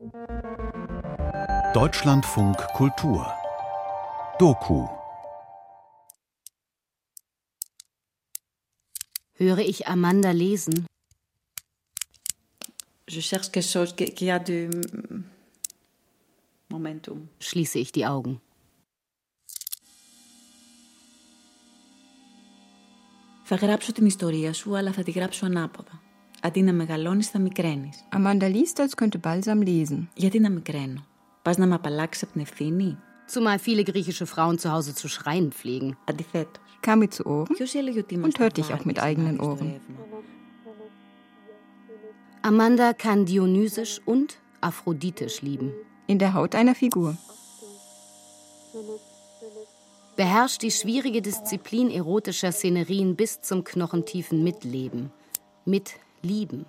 Deutschlandfunk Kultur Doku. Höre ich Amanda lesen? Je cherche quelque chose qui a du momentum. Schließe ich die Augen. Θα γράψω την ιστορία σου, αλλά θα τη γράψω ανάποδα. Αντί να μεγαλώνεις, θα μικραίνεις. Amanda liest, als könnte Balsam lesen. Γιατί να μικραίνω? Πας να με απαλλάξεις από την ευθύνη? Zumal viele griechische Frauen zu Hause zu schreien pflegen. Αντιθέτως. Kam mir zu Ohren Ποιος έλεγε ότι und hörte ich auch mit eigenen Ohren. Amanda kann dionysisch und aphroditisch lieben. In der Haut einer Figur. Beherrscht die schwierige Disziplin erotischer Szenerien bis zum knochentiefen Mitleben. Mitlieben.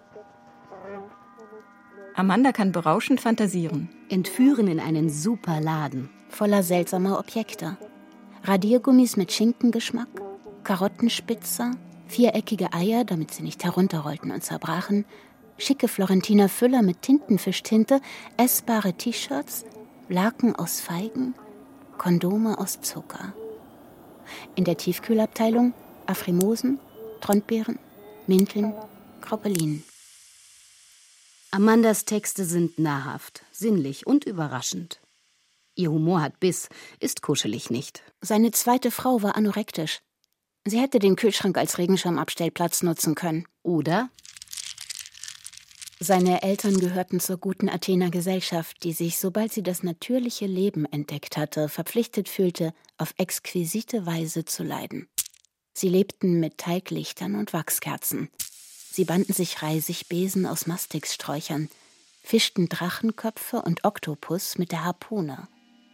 Amanda kann berauschend fantasieren. Entführen in einen super Laden. Voller seltsamer Objekte. Radiergummis mit Schinkengeschmack, Karottenspitzer, viereckige Eier, damit sie nicht herunterrollten und zerbrachen, schicke Florentiner Füller mit Tintenfischtinte, essbare T-Shirts, Laken aus Feigen, Kondome aus Zucker. In der Tiefkühlabteilung Afrimosen, Trondbeeren, Minteln, Graupelinen. Amandas Texte sind nahrhaft, sinnlich und überraschend. Ihr Humor hat Biss, ist kuschelig nicht. Seine zweite Frau war anorektisch. Sie hätte den Kühlschrank als Regenschirmabstellplatz nutzen können. Oder? Seine Eltern gehörten zur guten Athener Gesellschaft, die sich, sobald sie das natürliche Leben entdeckt hatte, verpflichtet fühlte, auf exquisite Weise zu leiden. Sie lebten mit Teiglichtern und Wachskerzen. Sie banden sich Reisigbesen aus Mastixsträuchern, fischten Drachenköpfe und Oktopus mit der Harpune.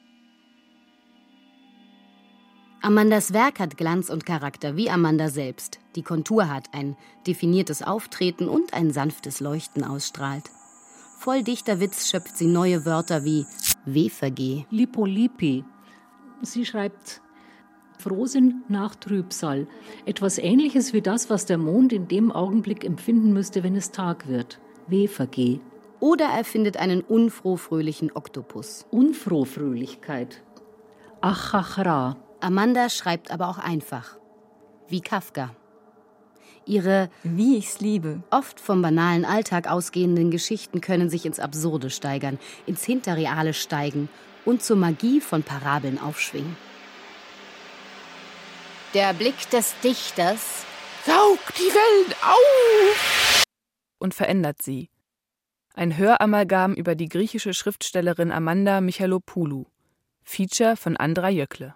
Amandas Werk hat Glanz und Charakter, wie Amanda selbst. Die Kontur hat, ein definiertes Auftreten und ein sanftes Leuchten ausstrahlt. Voll dichter Witz schöpft sie neue Wörter wie Wehvergeh. Lipolipi. Sie schreibt Frohsinn nach Trübsal. Etwas Ähnliches wie das, was der Mond in dem Augenblick empfinden müsste, wenn es Tag wird. Wehvergeh. Oder er findet einen unfrohfröhlichen Oktopus. Unfrohfröhlichkeit. Achachra. Amanda schreibt aber auch einfach. Wie Kafka. Ihre, wie ich's liebe, oft vom banalen Alltag ausgehenden Geschichten können sich ins Absurde steigern, ins Hinterreale steigen und zur Magie von Parabeln aufschwingen. Der Blick des Dichters saugt die Wellen auf und verändert sie. Ein Höramalgam über die griechische Schriftstellerin Amanda Michalopoulou. Feature von Andra Jöckle.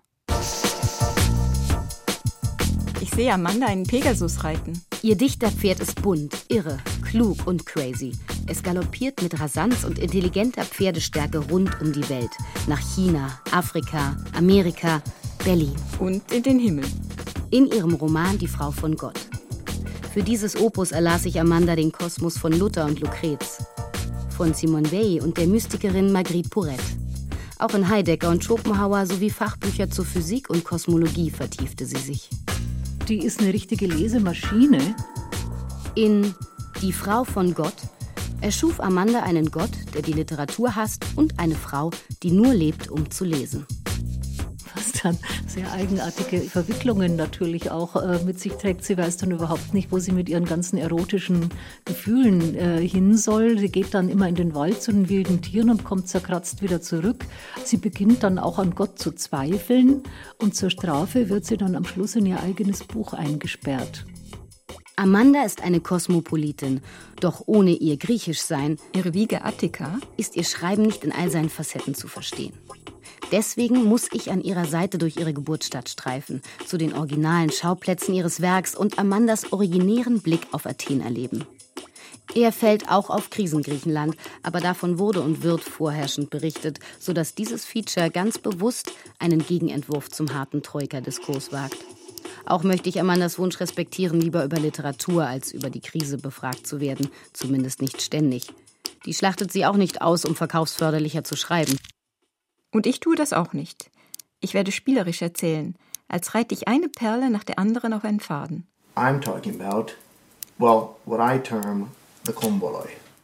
Ich sehe Amanda einen Pegasus reiten. Ihr Dichterpferd ist bunt, irre, klug und crazy. Es galoppiert mit Rasanz und intelligenter Pferdestärke rund um die Welt. Nach China, Afrika, Amerika, Berlin. Und in den Himmel. In ihrem Roman Die Frau von Gott. Für dieses Opus erlas sich Amanda den Kosmos von Luther und Lucrez. Von Simone Weil und der Mystikerin Marguerite Porete. Auch in Heidegger und Schopenhauer sowie Fachbücher zur Physik und Kosmologie vertiefte sie sich. Die ist eine richtige Lesemaschine. In Die Frau von Gott erschuf Amanda einen Gott, der die Literatur hasst, und eine Frau, die nur lebt, um zu lesen. Was dann sehr eigenartige Verwicklungen natürlich auch mit sich trägt. Sie weiß dann überhaupt nicht, wo sie mit ihren ganzen erotischen Gefühlen hin soll. Sie geht dann immer in den Wald zu den wilden Tieren und kommt zerkratzt wieder zurück. Sie beginnt dann auch an Gott zu zweifeln und zur Strafe wird sie dann am Schluss in ihr eigenes Buch eingesperrt. Amanda ist eine Kosmopolitin, doch ohne ihr Griechischsein, ihre Wiege Attika, ist ihr Schreiben nicht in all seinen Facetten zu verstehen. Deswegen muss ich an ihrer Seite durch ihre Geburtsstadt streifen, zu den originalen Schauplätzen ihres Werks und Amandas originären Blick auf Athen erleben. Er fällt auch auf Krisengriechenland, aber davon wurde und wird vorherrschend berichtet, sodass dieses Feature ganz bewusst einen Gegenentwurf zum harten Troika-Diskurs wagt. Auch möchte ich Amandas Wunsch respektieren, lieber über Literatur als über die Krise befragt zu werden, zumindest nicht ständig. Die schlachtet sie auch nicht aus, um verkaufsförderlicher zu schreiben. Und ich tue das auch nicht. Ich werde spielerisch erzählen, als reite ich eine Perle nach der anderen auf einen Faden. I'm talking about, well, what I term the komboloi.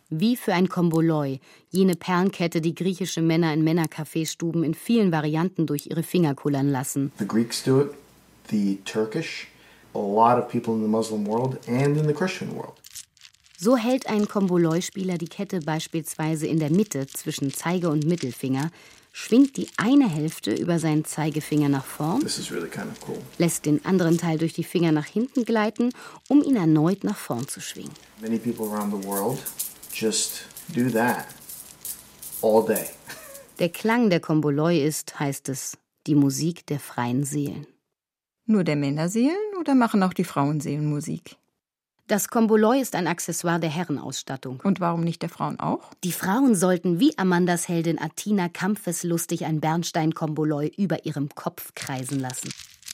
Wie für ein Komboloi, jene Perlenkette, die griechische Männer in Männerkaffeestuben in vielen Varianten durch ihre Finger kullern lassen. The Greeks do it, the Turkish, a lot of people in the Muslim world and in the Christian world. So hält ein Komboloi-Spieler die Kette beispielsweise in der Mitte zwischen Zeige- und Mittelfinger, schwingt die eine Hälfte über seinen Zeigefinger nach vorn, Really kind of cool. lässt den anderen Teil durch die Finger nach hinten gleiten, um ihn erneut nach vorn zu schwingen. Many people around the world just do that all day. Der Klang der Komboloi ist, heißt es, die Musik der freien Seelen. Nur der Männerseelen oder machen auch die Frauenseelen Musik? Das Komboloi ist ein Accessoire der Herrenausstattung. Und warum nicht der Frauen auch? Die Frauen sollten wie Amandas Heldin Athina kampfeslustig ein Bernstein-Komboloi über ihrem Kopf kreisen lassen.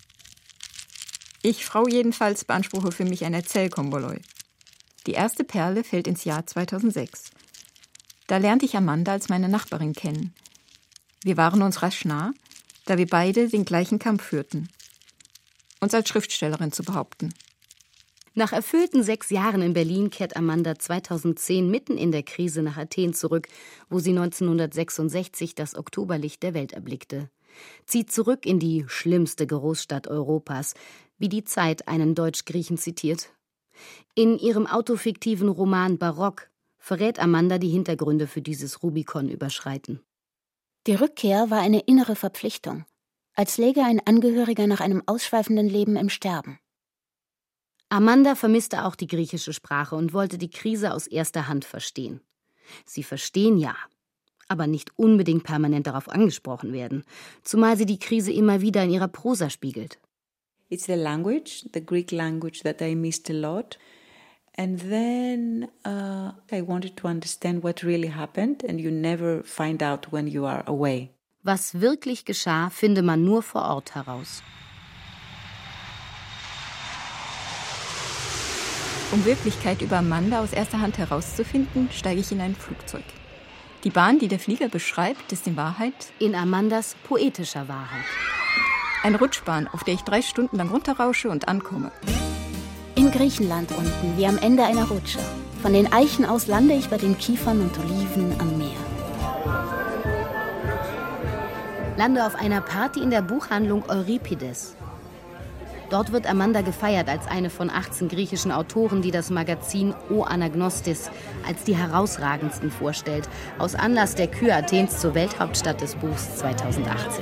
Ich, Frau jedenfalls, beanspruche für mich ein Erzählkomboloi. Die erste Perle fällt ins Jahr 2006. Da lernte ich Amanda als meine Nachbarin kennen. Wir waren uns rasch nah, da wir beide den gleichen Kampf führten. Uns als Schriftstellerin zu behaupten. Nach erfüllten 6 Jahren in Berlin kehrt Amanda 2010 mitten in der Krise nach Athen zurück, wo sie 1966 das Oktoberlicht der Welt erblickte. Zieht zurück in die schlimmste Großstadt Europas, wie die Zeit einen Deutsch-Griechen zitiert. In ihrem autofiktiven Roman Barock verrät Amanda die Hintergründe für dieses Rubikon-Überschreiten. Die Rückkehr war eine innere Verpflichtung, als läge ein Angehöriger nach einem ausschweifenden Leben im Sterben. Amanda vermisste auch die griechische Sprache und wollte die Krise aus erster Hand verstehen. Sie verstehen ja, aber nicht unbedingt permanent darauf angesprochen werden, zumal sie die Krise immer wieder in ihrer Prosa spiegelt. It's the language, the Greek language that I missed a lot. And then I wanted to understand what really happened, and you never find out when you are away. Was wirklich geschah, finde man nur vor Ort heraus. Um Wirklichkeit über Amanda aus erster Hand herauszufinden, steige ich in ein Flugzeug. Die Bahn, die der Flieger beschreibt, ist in Wahrheit in Amandas poetischer Wahrheit. Eine Rutschbahn, auf der ich 3 Stunden lang runterrausche und ankomme. In Griechenland unten, wie am Ende einer Rutsche. Von den Eichen aus lande ich bei den Kiefern und Oliven am Meer. Lande auf einer Party in der Buchhandlung Euripides. Dort wird Amanda gefeiert als eine von 18 griechischen Autoren, die das Magazin O Anagnostis als die herausragendsten vorstellt, aus Anlass der Kür Athens zur Welthauptstadt des Buchs 2018.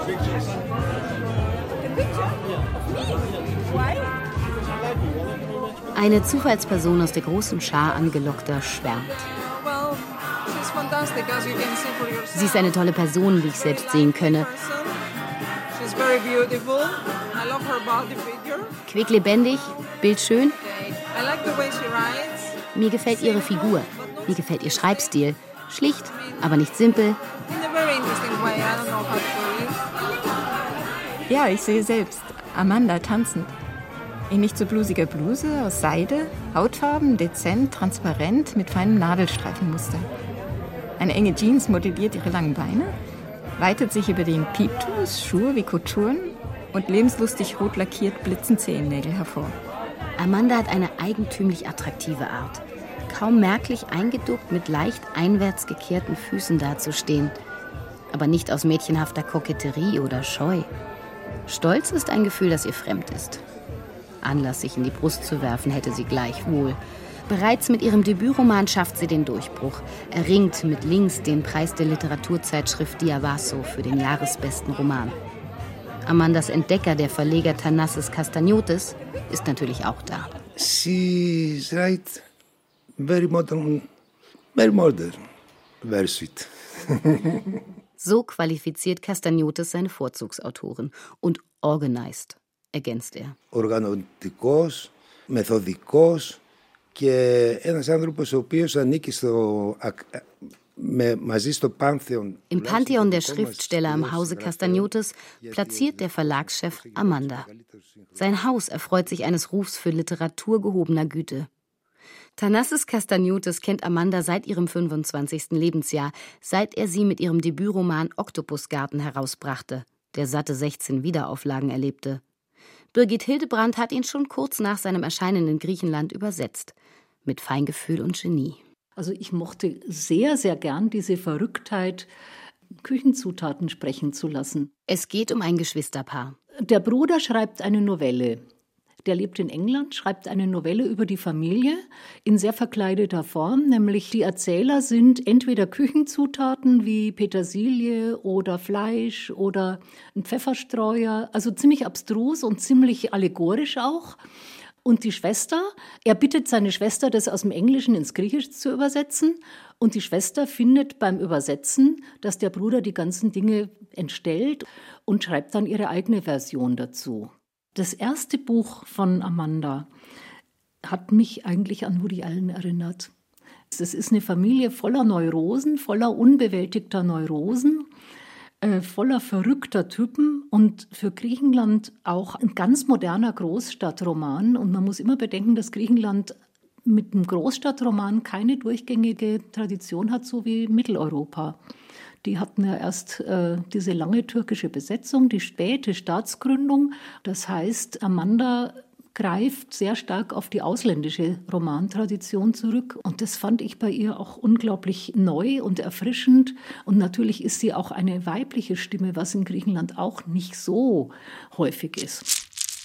Eine Zufallsperson aus der großen Schar Angelockter schwärmt. Sie ist eine tolle Person, wie ich selbst sehen könne. Quicklebendig, bildschön. Mir gefällt ihre Figur. Mir gefällt ihr Schreibstil. Schlicht, aber nicht simpel. Ja, ich sehe selbst Amanda tanzend. In nicht so blusiger Bluse aus Seide, Hautfarben dezent, transparent, mit feinem Nadelstreifenmuster. Eine enge Jeans modelliert ihre langen Beine, weitet sich über den Pieptus, Schuhe wie Koturen und lebenslustig rot lackiert blitzen Zehennägel hervor. Amanda hat eine eigentümlich attraktive Art. Kaum merklich eingeduckt, mit leicht einwärts gekehrten Füßen dazustehen. Aber nicht aus mädchenhafter Koketterie oder Scheu. Stolz ist ein Gefühl, das ihr fremd ist. Anlass, sich in die Brust zu werfen, hätte sie gleichwohl. Bereits mit ihrem Debütroman schafft sie den Durchbruch, erringt mit Links den Preis der Literaturzeitschrift Diavasso für den jahresbesten Roman. Amandas Entdecker, der Verleger Thanassis Kastaniotis, ist natürlich auch da. She's right. Very modern, very sweet. So qualifiziert Kastaniotis seine Vorzugsautoren. Und organized, ergänzt er. Οργανωτικός, μεθοδικός και ένας άνθρωπος ο οποίος ανήκει μαζί στο Pantheon. Im Pantheon der Schriftsteller im Hause Kastaniotis platziert der Verlagschef Amanda. Sein Haus erfreut sich eines Rufs für Literatur gehobener Güte. Thanassis Kastaniotis kennt Amanda seit ihrem 25. Lebensjahr, seit er sie mit ihrem Debütroman Oktopusgarten herausbrachte, der satte 16 Wiederauflagen erlebte. Birgit Hildebrandt hat ihn schon kurz nach seinem Erscheinen in Griechenland übersetzt. Mit Feingefühl und Genie. Also ich mochte sehr, sehr gern diese Verrücktheit, Küchenzutaten sprechen zu lassen. Es geht um ein Geschwisterpaar. Der Bruder schreibt eine Novelle. Der lebt in England, schreibt eine Novelle über die Familie in sehr verkleideter Form. Nämlich die Erzähler sind entweder Küchenzutaten wie Petersilie oder Fleisch oder ein Pfefferstreuer. Also ziemlich abstrus und ziemlich allegorisch auch. Und die Schwester, er bittet seine Schwester, das aus dem Englischen ins Griechische zu übersetzen. Und die Schwester findet beim Übersetzen, dass der Bruder die ganzen Dinge entstellt und schreibt dann ihre eigene Version dazu. Das erste Buch von Amanda hat mich eigentlich an Woody Allen erinnert. Es ist eine Familie voller Neurosen, voller unbewältigter Neurosen, voller verrückter Typen und für Griechenland auch ein ganz moderner Großstadtroman. Und man muss immer bedenken, dass Griechenland mit einem Großstadtroman keine durchgängige Tradition hat, so wie Mitteleuropa. Die hatten ja erst diese lange türkische Besetzung, die späte Staatsgründung. Das heißt, Amanda greift sehr stark auf die ausländische Romantradition zurück. Und das fand ich bei ihr auch unglaublich neu und erfrischend. Und natürlich ist sie auch eine weibliche Stimme, was in Griechenland auch nicht so häufig ist.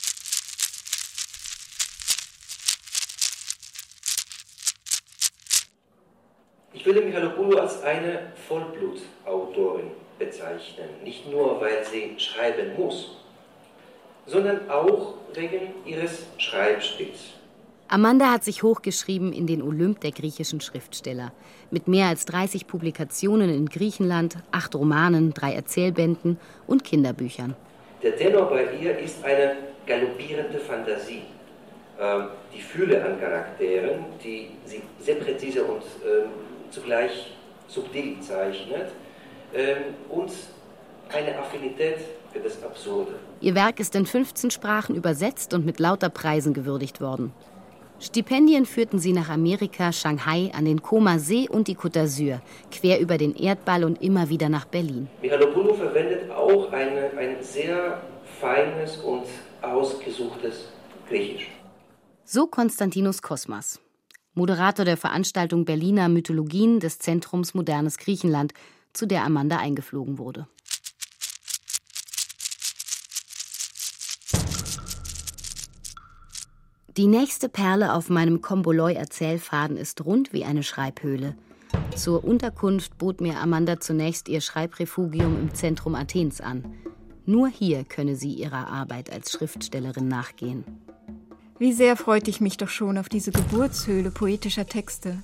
Ich würde Michalopoulou als eine Vollblutautorin bezeichnen. Nicht nur, weil sie schreiben muss, sondern auch wegen ihres Schreibstils. Amanda hat sich hochgeschrieben in den Olymp der griechischen Schriftsteller. Mit mehr als 30 Publikationen in Griechenland, 8 Romanen, 3 Erzählbänden und Kinderbüchern. Der Tenor bei ihr ist eine galoppierende Fantasie. Die Fülle an Charakteren, die sie sehr präzise und zugleich subtil zeichnet und eine Affinität für das Absurde. Ihr Werk ist in 15 Sprachen übersetzt und mit lauter Preisen gewürdigt worden. Stipendien führten sie nach Amerika, Shanghai, an den Koma-See und die Côte d'Azur, quer über den Erdball und immer wieder nach Berlin. Michalopoulou verwendet auch ein sehr feines und ausgesuchtes Griechisch. So Konstantinos Kosmas, Moderator der Veranstaltung Berliner Mythologien des Zentrums Modernes Griechenland, zu der Amanda eingeflogen wurde. Die nächste Perle auf meinem Komboloi-Erzählfaden ist rund wie eine Schreibhöhle. Zur Unterkunft bot mir Amanda zunächst ihr Schreibrefugium im Zentrum Athens an. Nur hier könne sie ihrer Arbeit als Schriftstellerin nachgehen. Wie sehr freute ich mich doch schon auf diese Geburtshöhle poetischer Texte.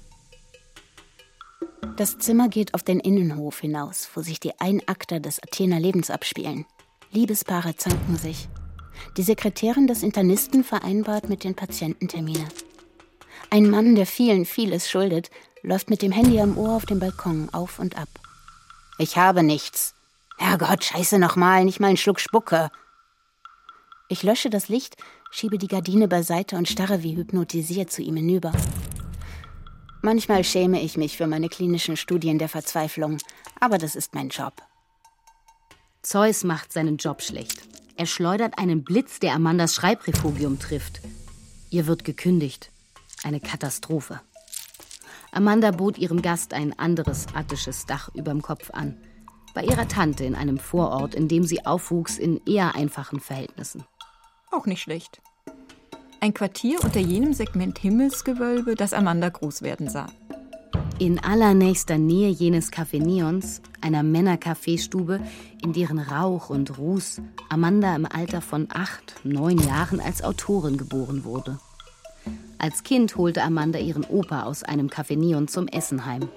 Das Zimmer geht auf den Innenhof hinaus, wo sich die Einakter des Athener Lebens abspielen. Liebespaare zanken sich. Die Sekretärin des Internisten vereinbart mit den Patienten Termine. Ein Mann, der vielen vieles schuldet, läuft mit dem Handy am Ohr auf dem Balkon auf und ab. Ich habe nichts. Herrgott, scheiße nochmal, nicht mal einen Schluck Spucke. Ich lösche das Licht, schiebe die Gardine beiseite und starre wie hypnotisiert zu ihm hinüber. Manchmal schäme ich mich für meine klinischen Studien der Verzweiflung, aber das ist mein Job. Zeus macht seinen Job schlecht. Er schleudert einen Blitz, der Amandas Schreibrefugium trifft. Ihr wird gekündigt. Eine Katastrophe. Amanda bot ihrem Gast ein anderes attisches Dach überm Kopf an. Bei ihrer Tante in einem Vorort, in dem sie aufwuchs in eher einfachen Verhältnissen. Auch nicht schlecht. Ein Quartier unter jenem Segment Himmelsgewölbe, das Amanda groß werden sah. In allernächster Nähe jenes Café Neons, einer Männer-Kaffeestube, in deren Rauch und Ruß Amanda im Alter von 8, 9 Jahren als Autorin geboren wurde. Als Kind holte Amanda ihren Opa aus einem Café Neon zum Essen heim.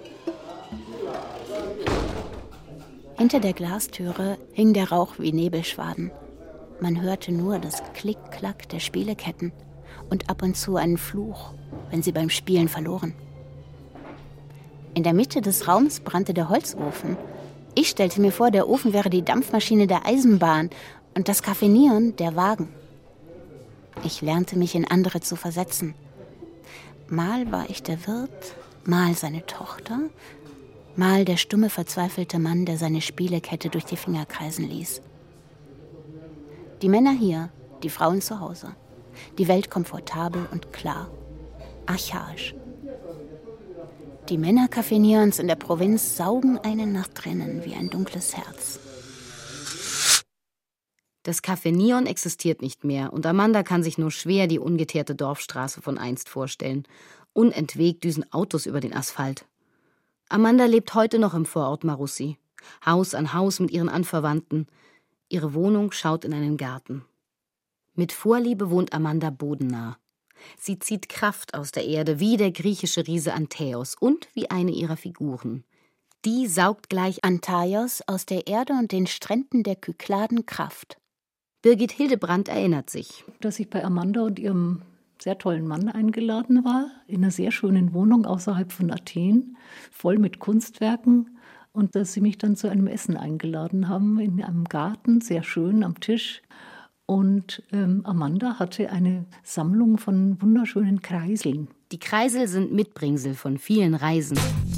Hinter der Glastüre hing der Rauch wie Nebelschwaden. Man hörte nur das Klick-Klack der Spieleketten und ab und zu einen Fluch, wenn sie beim Spielen verloren. In der Mitte des Raums brannte der Holzofen. Ich stellte mir vor, der Ofen wäre die Dampfmaschine der Eisenbahn und das Café Neon der Wagen. Ich lernte mich in andere zu versetzen. Mal war ich der Wirt, mal seine Tochter, mal der stumme, verzweifelte Mann, der seine Spielekette durch die Finger kreisen ließ. Die Männer hier, die Frauen zu Hause. Die Welt komfortabel und klar. Archaisch. Die Männercafenions in der Provinz saugen einen nach drinnen wie ein dunkles Herz. Das Café Neon existiert nicht mehr und Amanda kann sich nur schwer die ungeteerte Dorfstraße von einst vorstellen. Unentwegt düsen Autos über den Asphalt. Amanda lebt heute noch im Vorort Marussi. Haus an Haus mit ihren Anverwandten. Ihre Wohnung schaut in einen Garten. Mit Vorliebe wohnt Amanda bodennah. Sie zieht Kraft aus der Erde wie der griechische Riese Antäos und wie eine ihrer Figuren. Die saugt gleich Antaios aus der Erde und den Stränden der Kykladen Kraft. Birgit Hildebrandt erinnert sich, dass ich bei Amanda und ihrem sehr tollen Mann eingeladen war, in einer sehr schönen Wohnung außerhalb von Athen, voll mit Kunstwerken, und dass sie mich dann zu einem Essen eingeladen haben, in einem Garten, sehr schön am Tisch. Und Amanda hatte eine Sammlung von wunderschönen Kreiseln. Die Kreisel sind Mitbringsel von vielen Reisen.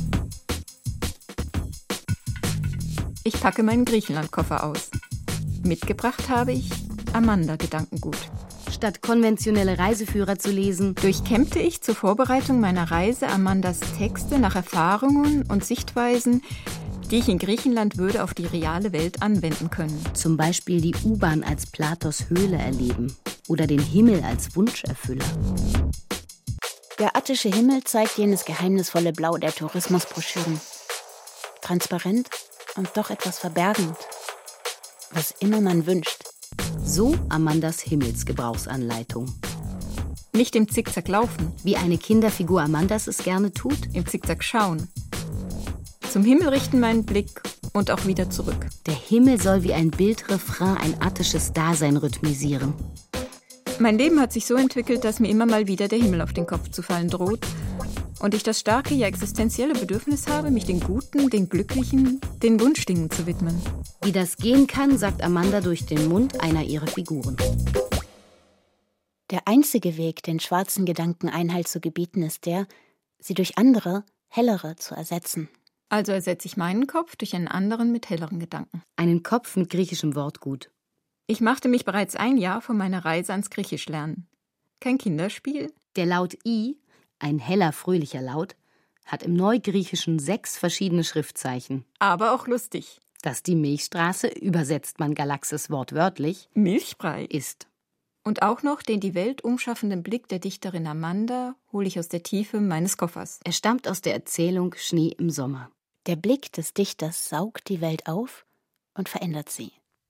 Ich packe meinen Griechenlandkoffer aus. Mitgebracht habe ich Amanda-Gedankengut. Statt konventionelle Reiseführer zu lesen, durchkämmte ich zur Vorbereitung meiner Reise Amandas Texte nach Erfahrungen und Sichtweisen, die ich in Griechenland würde auf die reale Welt anwenden können. Zum Beispiel die U-Bahn als Platos Höhle erleben oder den Himmel als Wunscherfüller. Der attische Himmel zeigt jenes geheimnisvolle Blau der Tourismusbroschüren. Transparent und doch etwas verbergend. Was immer man wünscht. So Amandas Himmelsgebrauchsanleitung. Nicht im Zickzack laufen, wie eine Kinderfigur Amandas es gerne tut. Im Zickzack schauen. Zum Himmel richten meinen Blick und auch wieder zurück. Der Himmel soll wie ein Bildrefrain ein attisches Dasein rhythmisieren. Mein Leben hat sich so entwickelt, dass mir immer mal wieder der Himmel auf den Kopf zu fallen droht. Und ich das starke, ja existenzielle Bedürfnis habe, mich den Guten, den Glücklichen, den Wunschdingen zu widmen. Wie das gehen kann, sagt Amanda durch den Mund einer ihrer Figuren. Der einzige Weg, den schwarzen Gedanken Einhalt zu gebieten, ist der, sie durch andere, hellere zu ersetzen. Also ersetze ich meinen Kopf durch einen anderen mit helleren Gedanken. Einen Kopf mit griechischem Wortgut. Ich machte mich bereits ein Jahr vor meiner Reise ans Griechischlernen. Kein Kinderspiel. Der Laut I, ein heller, fröhlicher Laut, hat im Neugriechischen 6 verschiedene Schriftzeichen. Aber auch lustig. Dass die Milchstraße, übersetzt man Galaxis wortwörtlich, Milchbrei ist. Und auch noch den die Welt umschaffenden Blick der Dichterin Amanda hole ich aus der Tiefe meines Koffers. Er stammt aus der Erzählung Schnee im Sommer. Der Blick des Dichters saugt die Welt auf und verändert sie.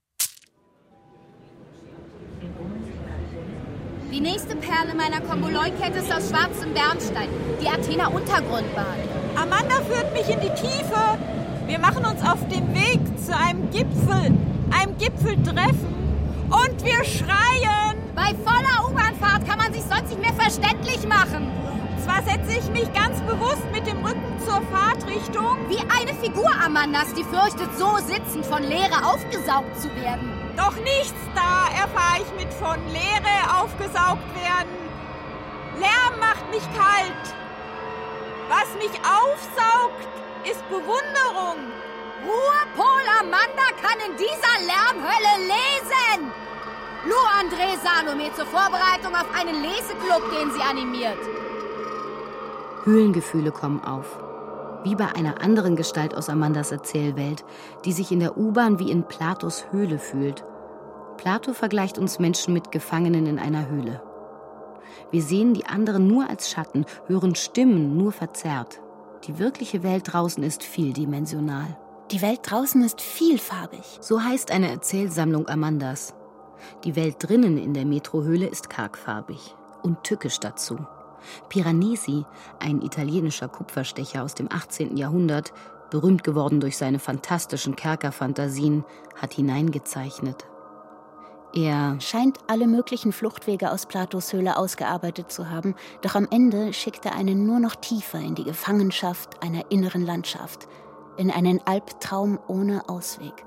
Die nächste Perle meiner Kongoloi-Kette ist aus schwarzem Bernstein, die Athener Untergrundbahn. Amanda führt mich in die Tiefe. Wir machen uns auf den Weg zu einem Gipfeltreffen. Und wir schreien. Bei voller U-Bahn-Fahrt kann man sich sonst nicht mehr verständlich machen. Zwar setze ich mich ganz bewusst mit dem Rücken zur Fahrtrichtung. Wie eine Figur Amandas, die fürchtet, so sitzend von Leere aufgesaugt zu werden. Doch nichts da erfahre ich mit von Leere aufgesaugt werden. Lärm macht mich kalt. Was mich aufsaugt, ist Bewunderung. Ruhepol Amanda kann in dieser Lärmhölle lesen. Lou André Salome zur Vorbereitung auf einen Leseclub, den sie animiert. Höhlengefühle kommen auf. Wie bei einer anderen Gestalt aus Amandas Erzählwelt, die sich in der U-Bahn wie in Platos Höhle fühlt. Plato vergleicht uns Menschen mit Gefangenen in einer Höhle. Wir sehen die anderen nur als Schatten, hören Stimmen nur verzerrt. Die wirkliche Welt draußen ist vieldimensional. Die Welt draußen ist vielfarbig. So heißt eine Erzählsammlung Amandas. Die Welt drinnen in der Metrohöhle ist kargfarbig und tückisch dazu. Piranesi, ein italienischer Kupferstecher aus dem 18. Jahrhundert, berühmt geworden durch seine fantastischen Kerkerfantasien, hat hineingezeichnet. Er scheint alle möglichen Fluchtwege aus Platos Höhle ausgearbeitet zu haben, doch am Ende schickt er einen nur noch tiefer in die Gefangenschaft einer inneren Landschaft, in einen Albtraum ohne Ausweg.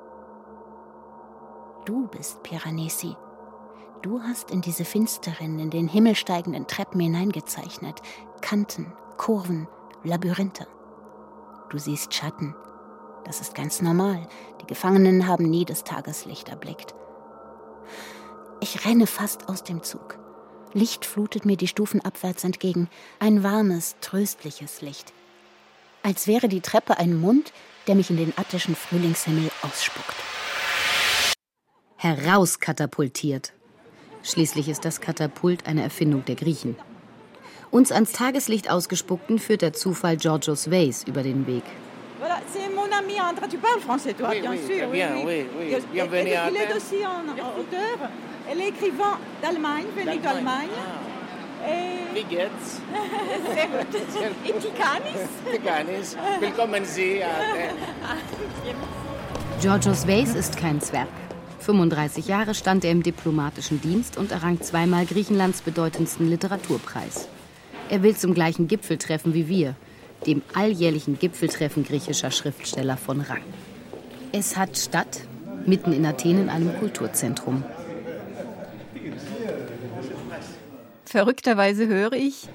Du bist Piranesi. Du hast in diese finsteren, in den Himmel steigenden Treppen hineingezeichnet. Kanten, Kurven, Labyrinthe. Du siehst Schatten. Das ist ganz normal. Die Gefangenen haben nie das Tageslicht erblickt. Ich renne fast aus dem Zug. Licht flutet mir die Stufen abwärts entgegen. Ein warmes, tröstliches Licht. Als wäre die Treppe ein Mund, der mich in den attischen Frühlingshimmel ausspuckt. Herauskatapultiert. Schließlich ist das Katapult eine Erfindung der Griechen. Uns ans Tageslicht ausgespuckten führt der Zufall Georgios Weiss über den Weg. Voilà, c'est mon ami André. Tu parles français, toi, oui, bien oui, sûr. Bien, oui. Bienvenue à Il est aussi un auteur. Elle est écrivain d'Allemagne, venu d'Allemagne. Wie geht's? Sehr gut. In Tikanis? Tikanis. Willkommen Sie. Georgios Weiss ist kein Zwerg. 35 Jahre stand er im diplomatischen Dienst und errang zweimal Griechenlands bedeutendsten Literaturpreis. Er will zum gleichen Gipfeltreffen wie wir, dem alljährlichen Gipfeltreffen griechischer Schriftsteller von Rang. Es hat statt, mitten in Athen in einem Kulturzentrum. Verrückterweise höre ich: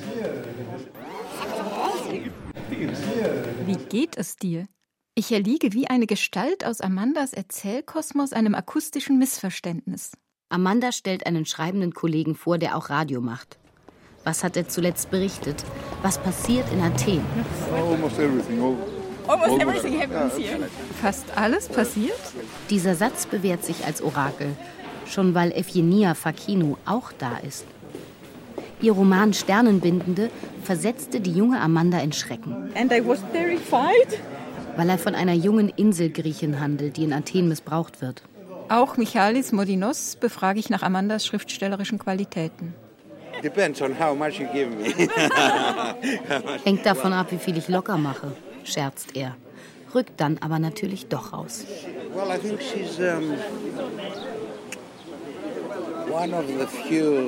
Wie geht es dir? Ich erliege wie eine Gestalt aus Amandas Erzählkosmos einem akustischen Missverständnis. Amanda stellt einen schreibenden Kollegen vor, der auch Radio macht. Was hat er zuletzt berichtet? Was passiert in Athen? Almost everything. Almost everything happens here. Fast alles passiert? Dieser Satz bewährt sich als Orakel, schon weil Efgenia Fakinou auch da ist. Ihr Roman Sternenbindende versetzte die junge Amanda in Schrecken. And I was terrified. Weil er von einer jungen Inselgriechin handelt, die in Athen missbraucht wird. Auch Michalis Modinos befrage ich nach Amandas schriftstellerischen Qualitäten. Depends on how much you give me. Hängt davon ab, wie viel ich locker mache, scherzt er. Rückt dann aber natürlich doch aus. Well, I think she's one of the few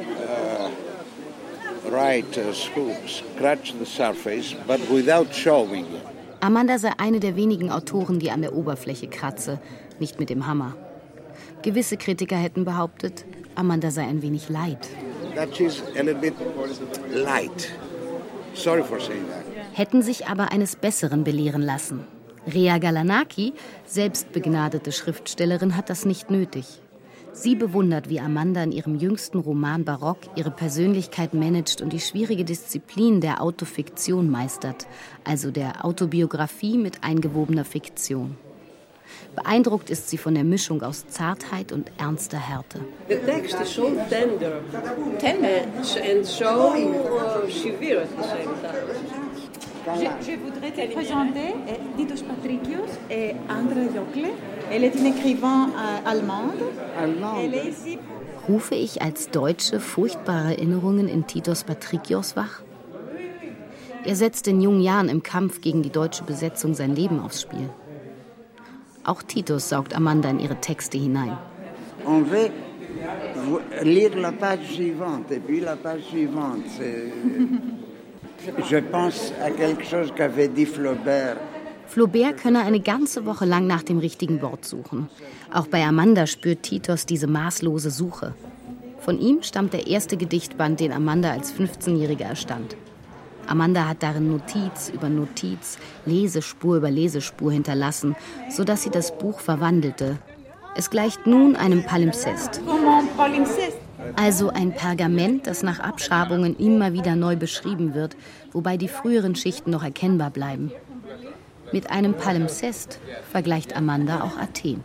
writers who scratch the surface, but without showing it. Amanda sei eine der wenigen Autoren, die an der Oberfläche kratze, nicht mit dem Hammer. Gewisse Kritiker hätten behauptet, Amanda sei ein wenig light. That she's a little bit light. Sorry for saying that. Hätten sich aber eines Besseren belehren lassen. Rea Galanaki, selbst begnadete Schriftstellerin, hat das nicht nötig. Sie bewundert, wie Amanda in ihrem jüngsten Roman Barock ihre Persönlichkeit managt und die schwierige Disziplin der Autofiktion meistert, also der Autobiografie mit eingewobener Fiktion. Beeindruckt ist sie von der Mischung aus Zartheit und ernster Härte. The text is so tender and so severe at the same time. Je voudrais te présenter Titos Patrikios et André Jokle. Elle est une écrivain allemande. Elle est ici. Rufe ich als Deutsche furchtbare Erinnerungen in Titos Patrikios wach? Er setzt in jungen Jahren im Kampf gegen die deutsche Besetzung sein Leben aufs Spiel. Auch Titos saugt Amanda in ihre Texte hinein. On veut lire la page suivante et puis la page suivante. Je pense à quelque chose qu'avait dit Flaubert. Flaubert könne eine ganze Woche lang nach dem richtigen Wort suchen. Auch bei Amanda spürt Titos diese maßlose Suche. Von ihm stammt der erste Gedichtband, den Amanda als 15-Jährige erstand. Amanda hat darin Notiz über Notiz, Lesespur über Lesespur hinterlassen, sodass sie das Buch verwandelte. Es gleicht nun einem Palimpsest. Also ein Pergament, das nach Abschabungen immer wieder neu beschrieben wird, wobei die früheren Schichten noch erkennbar bleiben. Mit einem Palimpsest vergleicht Amanda auch Athen.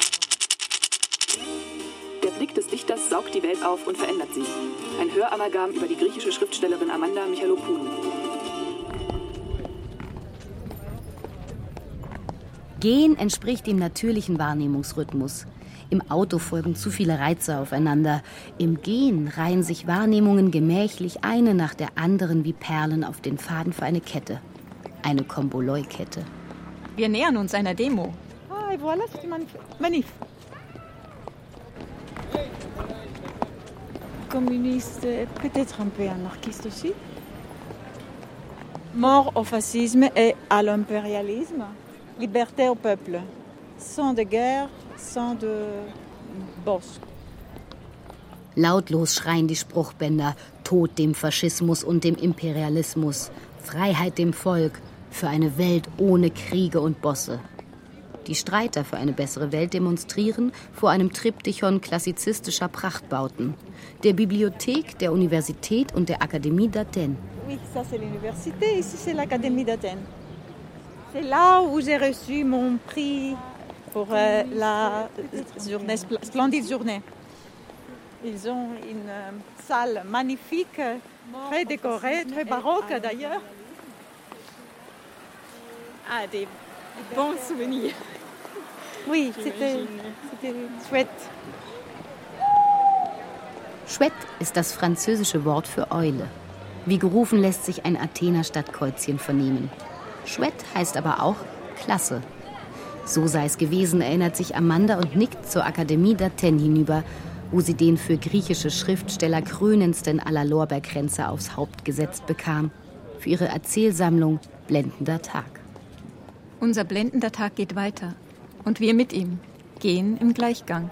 Der Blick des Dichters saugt die Welt auf und verändert sie. Ein Höramalgam über die griechische Schriftstellerin Amanda Michalopoulou. Gehen entspricht dem natürlichen Wahrnehmungsrhythmus. Im Auto folgen zu viele Reize aufeinander. Im Gehen reihen sich Wahrnehmungen gemächlich eine nach der anderen wie Perlen auf den Faden für eine Kette. Eine Komboloi-Kette. Wir nähern uns einer Demo. Ah, et voilà, c'est magnifique. Communiste, peut-être un peu anarchiste aussi. Mort au fascisme et à l'impérialisme. Liberté au peuple. Sans de guerre, sans de boss. Lautlos schreien die Spruchbänder: Tod dem Faschismus und dem Imperialismus, Freiheit dem Volk, für eine Welt ohne Kriege und Bosse. Die Streiter für eine bessere Welt demonstrieren vor einem Triptychon klassizistischer Prachtbauten, der Bibliothek, der Universität und der Akademie d'Athènes. Oui, ça c'est l'université, ici c'est l'Académie d'Athènes. C'est là où j'ai reçu mon prix pour la splendide journée. Ils ont une salle magnifique, très décorée, très baroque d'ailleurs. Ah, des bons souvenirs. Oui, c'était chouette. Chouette ist das französische Wort für Eule. Wie gerufen lässt sich ein Athener Stadtkreuzchen vernehmen. Chouette heißt aber auch Klasse. So sei es gewesen, erinnert sich Amanda und nickt zur Akademie d'Athènes hinüber, wo sie den für griechische Schriftsteller krönendsten aller Lorbeerkränze aufs Haupt gesetzt bekam. Für ihre Erzählsammlung Blendender Tag. Unser blendender Tag geht weiter. Und wir mit ihm gehen im Gleichgang.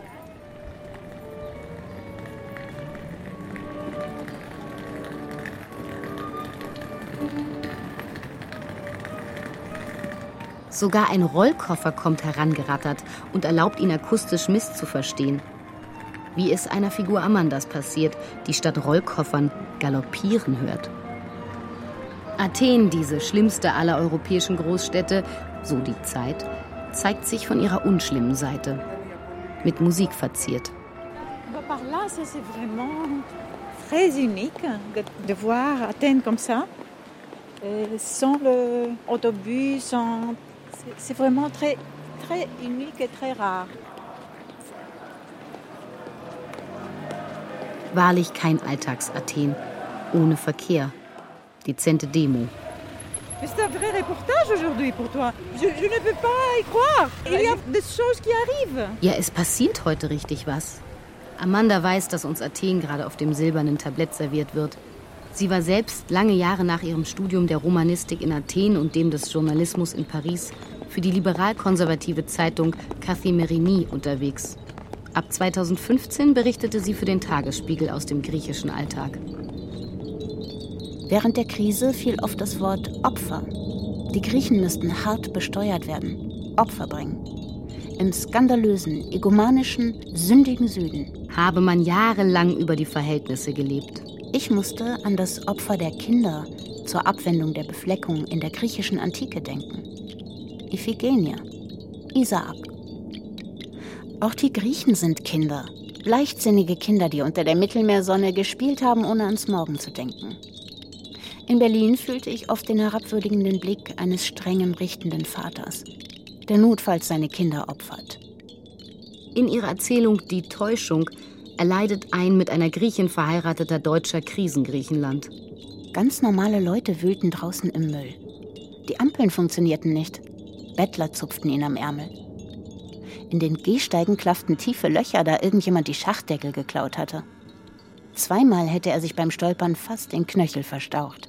Sogar ein Rollkoffer kommt herangerattert und erlaubt ihn akustisch misszuverstehen. Wie es einer Figur Amandas passiert, die statt Rollkoffern galoppieren hört. Athen, diese schlimmste aller europäischen Großstädte, so die Zeit, zeigt sich von ihrer unschlimmen Seite. Mit Musik verziert. Par là, c'est vraiment très unique de voir Athènes comme ça, sans le autobus, c'est vraiment très, très unique et très rare. Wahrlich kein Alltags-Athen, ohne Verkehr. Dezente Demo. C'est un vrai reportage aujourd'hui pour toi. Je ne peux pas y croire. Il y a des choses qui arrivent. Ja, es passiert heute richtig was. Amanda weiß, dass uns Athen gerade auf dem silbernen Tablett serviert wird. Sie war selbst lange Jahre nach ihrem Studium der Romanistik in Athen und dem des Journalismus in Paris für die liberal-konservative Zeitung Kathimerini unterwegs. Ab 2015 berichtete sie für den Tagesspiegel aus dem griechischen Alltag. Während der Krise fiel oft das Wort Opfer. Die Griechen müssten hart besteuert werden, Opfer bringen. Im skandalösen, egomanischen, sündigen Süden habe man jahrelang über die Verhältnisse gelebt. Ich musste an das Opfer der Kinder zur Abwendung der Befleckung in der griechischen Antike denken. Iphigenie, Isaak. Auch die Griechen sind Kinder, leichtsinnige Kinder, die unter der Mittelmeersonne gespielt haben, ohne ans Morgen zu denken. In Berlin fühlte ich oft den herabwürdigenden Blick eines strengen, richtenden Vaters, der notfalls seine Kinder opfert. In ihrer Erzählung Die Täuschung erleidet ein mit einer Griechin verheirateter Deutscher Krisengriechenland. Ganz normale Leute wühlten draußen im Müll. Die Ampeln funktionierten nicht. Bettler zupften ihn am Ärmel. In den Gehsteigen klafften tiefe Löcher, da irgendjemand die Schachtdeckel geklaut hatte. Zweimal hätte er sich beim Stolpern fast den Knöchel verstaucht.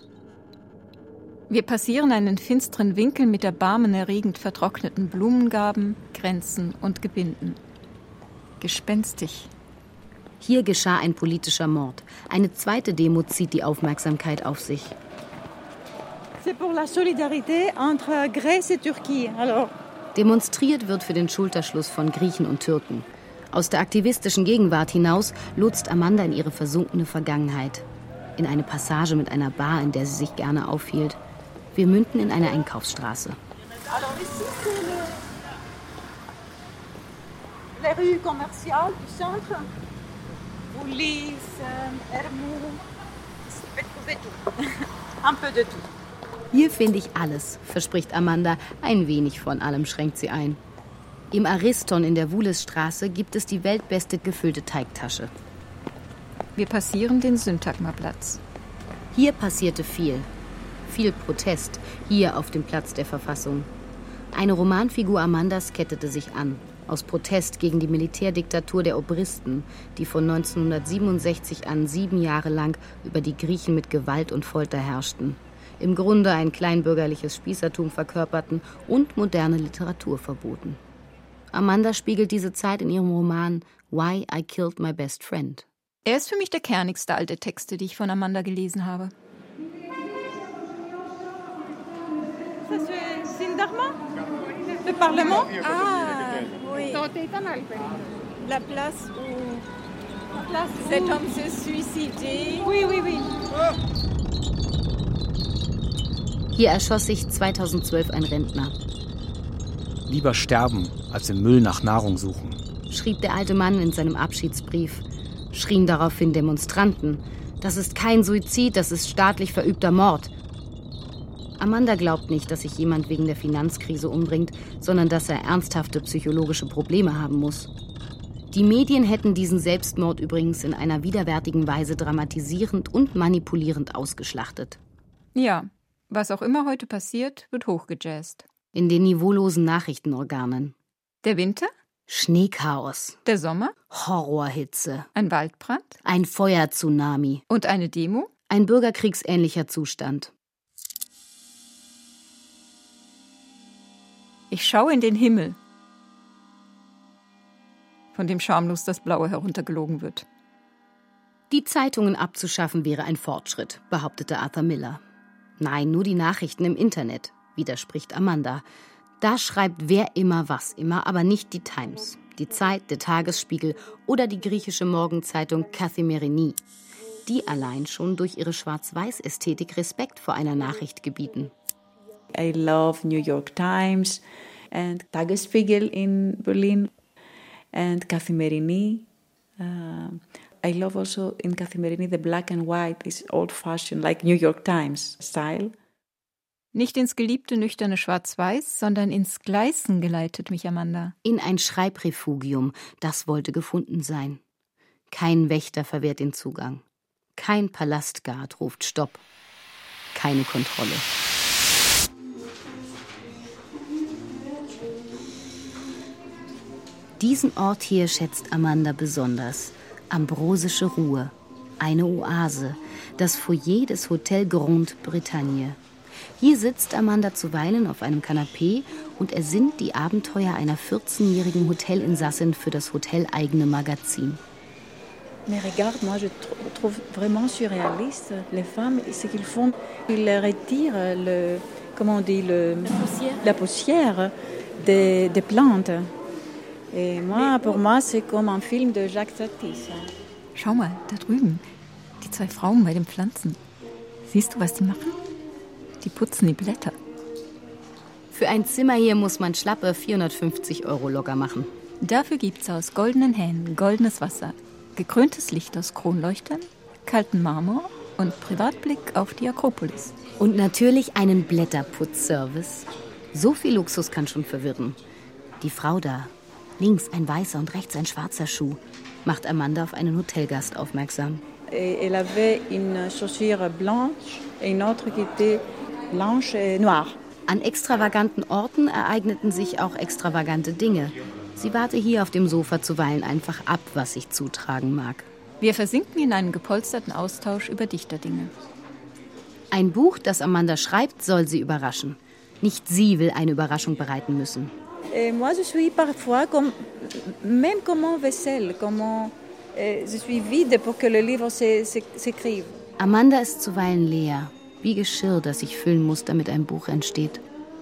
Wir passieren einen finsteren Winkel mit erbarmenerregend vertrockneten Blumengarben, Kränzen und Gebinden. Gespenstig. Hier geschah ein politischer Mord. Eine zweite Demo zieht die Aufmerksamkeit auf sich. C'est pour la solidarité entre Grèce et Turquie. Alors. Demonstriert wird für den Schulterschluss von Griechen und Türken. Aus der aktivistischen Gegenwart hinaus lotst Amanda in ihre versunkene Vergangenheit. In eine Passage mit einer Bar, in der sie sich gerne aufhielt. Wir münden in eine Einkaufsstraße. Alors ici c'est les rues commerciales du centre. Ulysse, Hermou, un peu de tout. Hier finde ich alles, verspricht Amanda. Ein wenig von allem schränkt sie ein. Im Ariston in der Wulesstraße gibt es die weltbeste gefüllte Teigtasche. Wir passieren den Syntagmaplatz. Hier passierte viel. Viel Protest, hier auf dem Platz der Verfassung. Eine Romanfigur Amandas kettete sich an. Aus Protest gegen die Militärdiktatur der Obristen, die von 1967 an 7 Jahre lang über die Griechen mit Gewalt und Folter herrschten. Im Grunde ein kleinbürgerliches Spießertum verkörperten und moderne Literatur verboten. Amanda spiegelt diese Zeit in ihrem Roman Why I Killed My Best Friend. Er ist für mich der kernigste alte Texte, die ich von Amanda gelesen habe. C'est Sindarma? Le Parlement? Ah, oui. La place où cet homme s'est suicidé. Oui, oui, oui. Hier erschoss sich 2012 ein Rentner. Lieber sterben, als im Müll nach Nahrung suchen, schrieb der alte Mann in seinem Abschiedsbrief. Schrien daraufhin Demonstranten. Das ist kein Suizid, das ist staatlich verübter Mord. Amanda glaubt nicht, dass sich jemand wegen der Finanzkrise umbringt, sondern dass er ernsthafte psychologische Probleme haben muss. Die Medien hätten diesen Selbstmord übrigens in einer widerwärtigen Weise dramatisierend und manipulierend ausgeschlachtet. Ja, was auch immer heute passiert, wird hochgejazzt. In den niveaulosen Nachrichtenorganen. Der Winter? Schneechaos. Der Sommer? Horrorhitze. Ein Waldbrand? Ein Feuertsunami. Und eine Demo? Ein bürgerkriegsähnlicher Zustand. Ich schaue in den Himmel, von dem schamlos das Blaue heruntergelogen wird. Die Zeitungen abzuschaffen wäre ein Fortschritt, behauptete Arthur Miller. Nein, nur die Nachrichten im Internet, widerspricht Amanda. Da schreibt wer immer was immer, aber nicht die Times, die Zeit, der Tagesspiegel oder die griechische Morgenzeitung Kathimerini. Die allein schon durch ihre Schwarz-Weiß-Ästhetik Respekt vor einer Nachricht gebieten. I love New York Times and Tagesspiegel in Berlin and Kathimerini. I love also in Kathimerini the black and white is old-fashioned, like New York Times style. Nicht ins geliebte, nüchterne Schwarz-Weiß, sondern ins Gleißen geleitet mich Amanda. In ein Schreibrefugium, das wollte gefunden sein. Kein Wächter verwehrt den Zugang. Kein Palastguard ruft Stopp. Keine Kontrolle. Diesen Ort hier schätzt Amanda besonders. Ambrosische Ruhe. Eine Oase. Das Foyer des Hotel Grande Bretagne. Hier sitzt Amanda zuweilen auf einem Kanapee und ersinnt die Abenteuer einer 14-jährigen Hotelinsassin für das hoteleigene Magazin. Mais regarde, moi je trouve vraiment surréaliste. Les femmes, ce qu'ils font, ils retirent la poussière des plantes. Et moi, pour moi, c'est comme un film de Jacques Tati. Schau mal, da drüben, die 2 Frauen bei den Pflanzen. Siehst du, was die machen? Die putzen die Blätter. Für ein Zimmer hier muss man schlappe 450 € locker machen. Dafür gibt's aus goldenen Hähnen goldenes Wasser, gekröntes Licht aus Kronleuchtern, kalten Marmor und Privatblick auf die Akropolis. Und natürlich einen Blätterputzservice. So viel Luxus kann schon verwirren. Die Frau da, links ein weißer und rechts ein schwarzer Schuh, macht Amanda auf einen Hotelgast aufmerksam. Elle avait une chaussure blanche et une autre qui était blanche et noire. An extravaganten Orten ereigneten sich auch extravagante Dinge. Sie warte hier auf dem Sofa zuweilen einfach ab, was sich zutragen mag. Wir versinken in einem gepolsterten Austausch über Dichterdinge. Ein Buch, das Amanda schreibt, soll sie überraschen. Nicht sie will eine Überraschung bereiten müssen. Moi, je suis parfois même comme un vaisselle, je suis vide pour que le livre s'écrive. Amanda ist zuweilen leer, wie Geschirr, das sich füllen muss, damit ein Buch entsteht.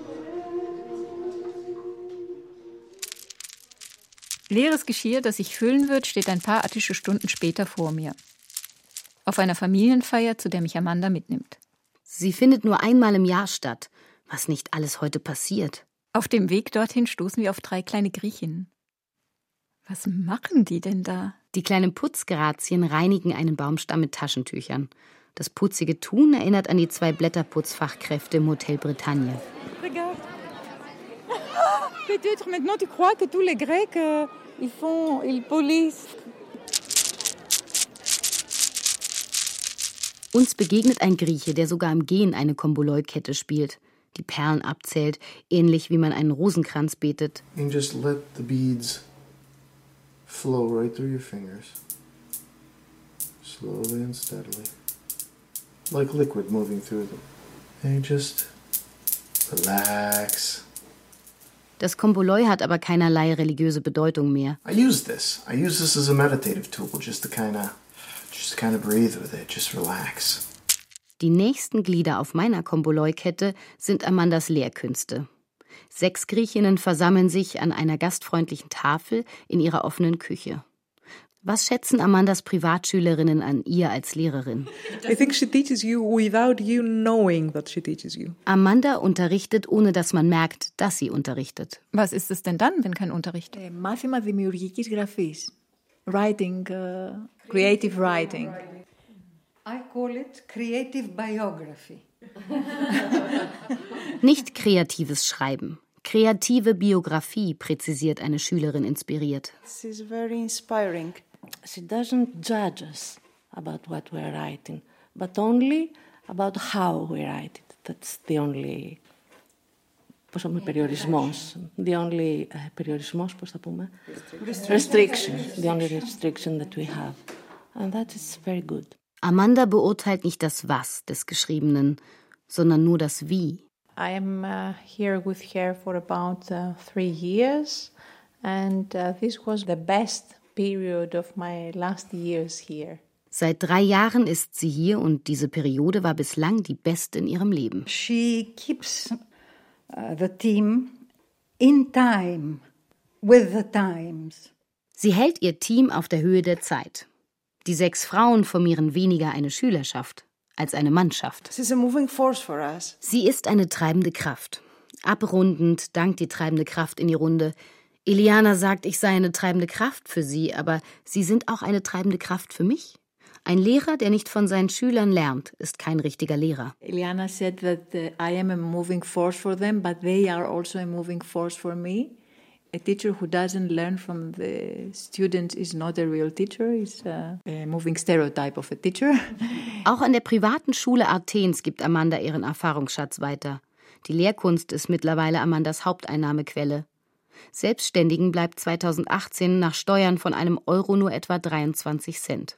Leeres Geschirr, das sich füllen wird, steht ein paar attische Stunden später vor mir. Auf einer Familienfeier, zu der mich Amanda mitnimmt. Sie findet nur einmal im Jahr statt. Was nicht alles heute passiert. Auf dem Weg dorthin stoßen wir auf 3 kleine Griechinnen. Was machen die denn da? Die kleinen Putzgrazien reinigen einen Baumstamm mit Taschentüchern. Das putzige Tun erinnert an die 2 Blätterputzfachkräfte im Hotel Bretagne. Regarde. Peut-être maintenant tu crois que tous les Grecs, ils polissent. Uns begegnet ein Grieche, der sogar im Gehen eine Komboloi-Kette spielt, die Perlen abzählt, ähnlich wie man einen Rosenkranz betet. And just let the beads flow right through your fingers. Slowly and steadily. Like liquid moving through them. And just relax. Das Komboloi hat aber keinerlei religiöse Bedeutung mehr. I use this as a meditative tool, just to kind of breathe with it, just relax. Die nächsten Glieder auf meiner Komboloi-Kette sind Amandas Lehrkünste. 6 Griechinnen versammeln sich an einer gastfreundlichen Tafel in ihrer offenen Küche. Was schätzen Amandas Privatschülerinnen an ihr als Lehrerin? I think she teaches you without you knowing that she teaches you. Amanda unterrichtet, ohne dass man merkt, dass sie unterrichtet. Was ist es denn dann, wenn kein Unterricht? Μάθημα δημιουργικής γραφής. Writing, creative writing. I call it creative biography. Nicht kreatives Schreiben. Kreative Biografie, präzisiert eine Schülerin inspiriert. This is very inspiring. She doesn't judge us about what we're writing, but only about how we write it. That's the only περιορισμός. The only περιορισμός, πώς θα πούμε? Restriction. The only restriction that we have. And that is very good. Amanda beurteilt nicht das Was des Geschriebenen, sondern nur das Wie. I am here with her for about 3 years, and this was the best period of my last years here. Seit 3 Jahren ist sie hier und diese Periode war bislang die beste in ihrem Leben. She keeps the team in time, with the times. Sie hält ihr Team auf der Höhe der Zeit. Die 6 Frauen formieren weniger eine Schülerschaft als eine Mannschaft. She's a moving force for us. Sie ist eine treibende Kraft. Abrundend dankt die treibende Kraft in die Runde. Iliana sagt, ich sei eine treibende Kraft für sie, aber sie sind auch eine treibende Kraft für mich. Ein Lehrer, der nicht von seinen Schülern lernt, ist kein richtiger Lehrer. Iliana said that I am a moving force for them, but they are also a moving force for me. A teacher who doesn't learn from the students is not a real teacher, is a moving stereotype of a teacher. Auch an der privaten Schule Athens gibt Amanda ihren Erfahrungsschatz weiter. Die Lehrkunst ist mittlerweile Amandas Haupteinnahmequelle. Selbstständigen bleibt 2018 nach Steuern von einem Euro nur etwa 23 Cent.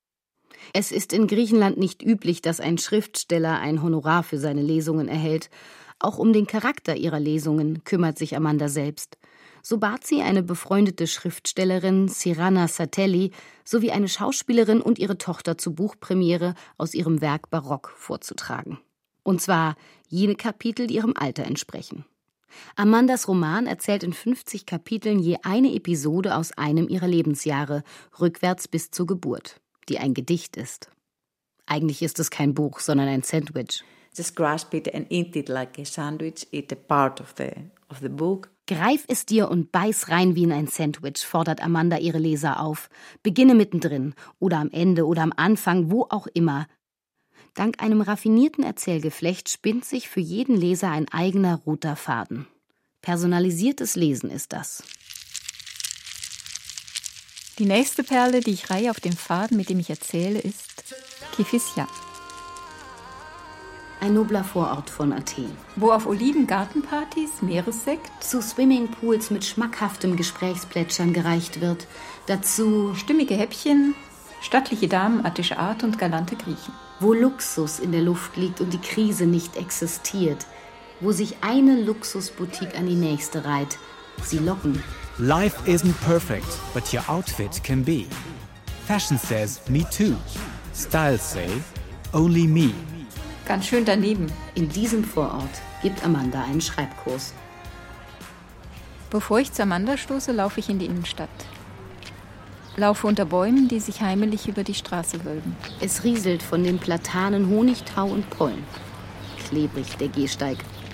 Es ist in Griechenland nicht üblich, dass ein Schriftsteller ein Honorar für seine Lesungen erhält. Auch um den Charakter ihrer Lesungen kümmert sich Amanda selbst. So bat sie eine befreundete Schriftstellerin, Sirana Satelli, sowie eine Schauspielerin und ihre Tochter zur Buchpremiere aus ihrem Werk Barock vorzutragen. Und zwar jene Kapitel, die ihrem Alter entsprechen. Amandas Roman erzählt in 50 Kapiteln je eine Episode aus einem ihrer Lebensjahre, rückwärts bis zur Geburt, die ein Gedicht ist. Eigentlich ist es kein Buch, sondern ein Sandwich. Just grasp it and eat it like a sandwich, eat a part of the book. Greif es dir und beiß rein wie in ein Sandwich, fordert Amanda ihre Leser auf. Beginne mittendrin oder am Ende oder am Anfang, wo auch immer. Dank einem raffinierten Erzählgeflecht spinnt sich für jeden Leser ein eigener roter Faden. Personalisiertes Lesen ist das. Die nächste Perle, die ich reihe auf dem Faden, mit dem ich erzähle, ist Kifissia. Ein nobler Vorort von Athen. Wo auf Oliven Gartenpartys, Meeressekt zu Swimmingpools mit schmackhaftem Gesprächsplätschern gereicht wird. Dazu stimmige Häppchen, stattliche Damen attischer Art und galante Griechen. Wo Luxus in der Luft liegt und die Krise nicht existiert. Wo sich eine Luxusboutique an die nächste reiht. Sie locken. Life isn't perfect, but your outfit can be. Fashion says, me too. Style say, only me. Ganz schön daneben. In diesem Vorort gibt Amanda einen Schreibkurs. Bevor ich zu Amanda stoße, laufe ich in die Innenstadt. Laufe unter Bäumen, die sich heimelig über die Straße wölben. Es rieselt von den Platanen, Honigtau und Pollen. Klebrig der Gehsteig.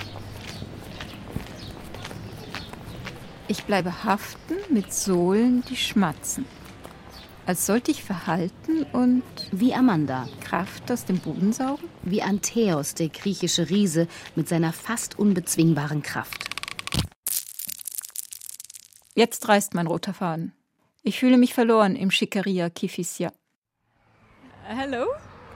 Ich bleibe haften mit Sohlen, die schmatzen. Als sollte ich verhalten und wie Amanda Kraft aus dem Boden saugen? Wie Antheos, der griechische Riese, mit seiner fast unbezwingbaren Kraft. Jetzt reißt mein roter Faden. Ich fühle mich verloren im Schickeria Kifissia. Hello?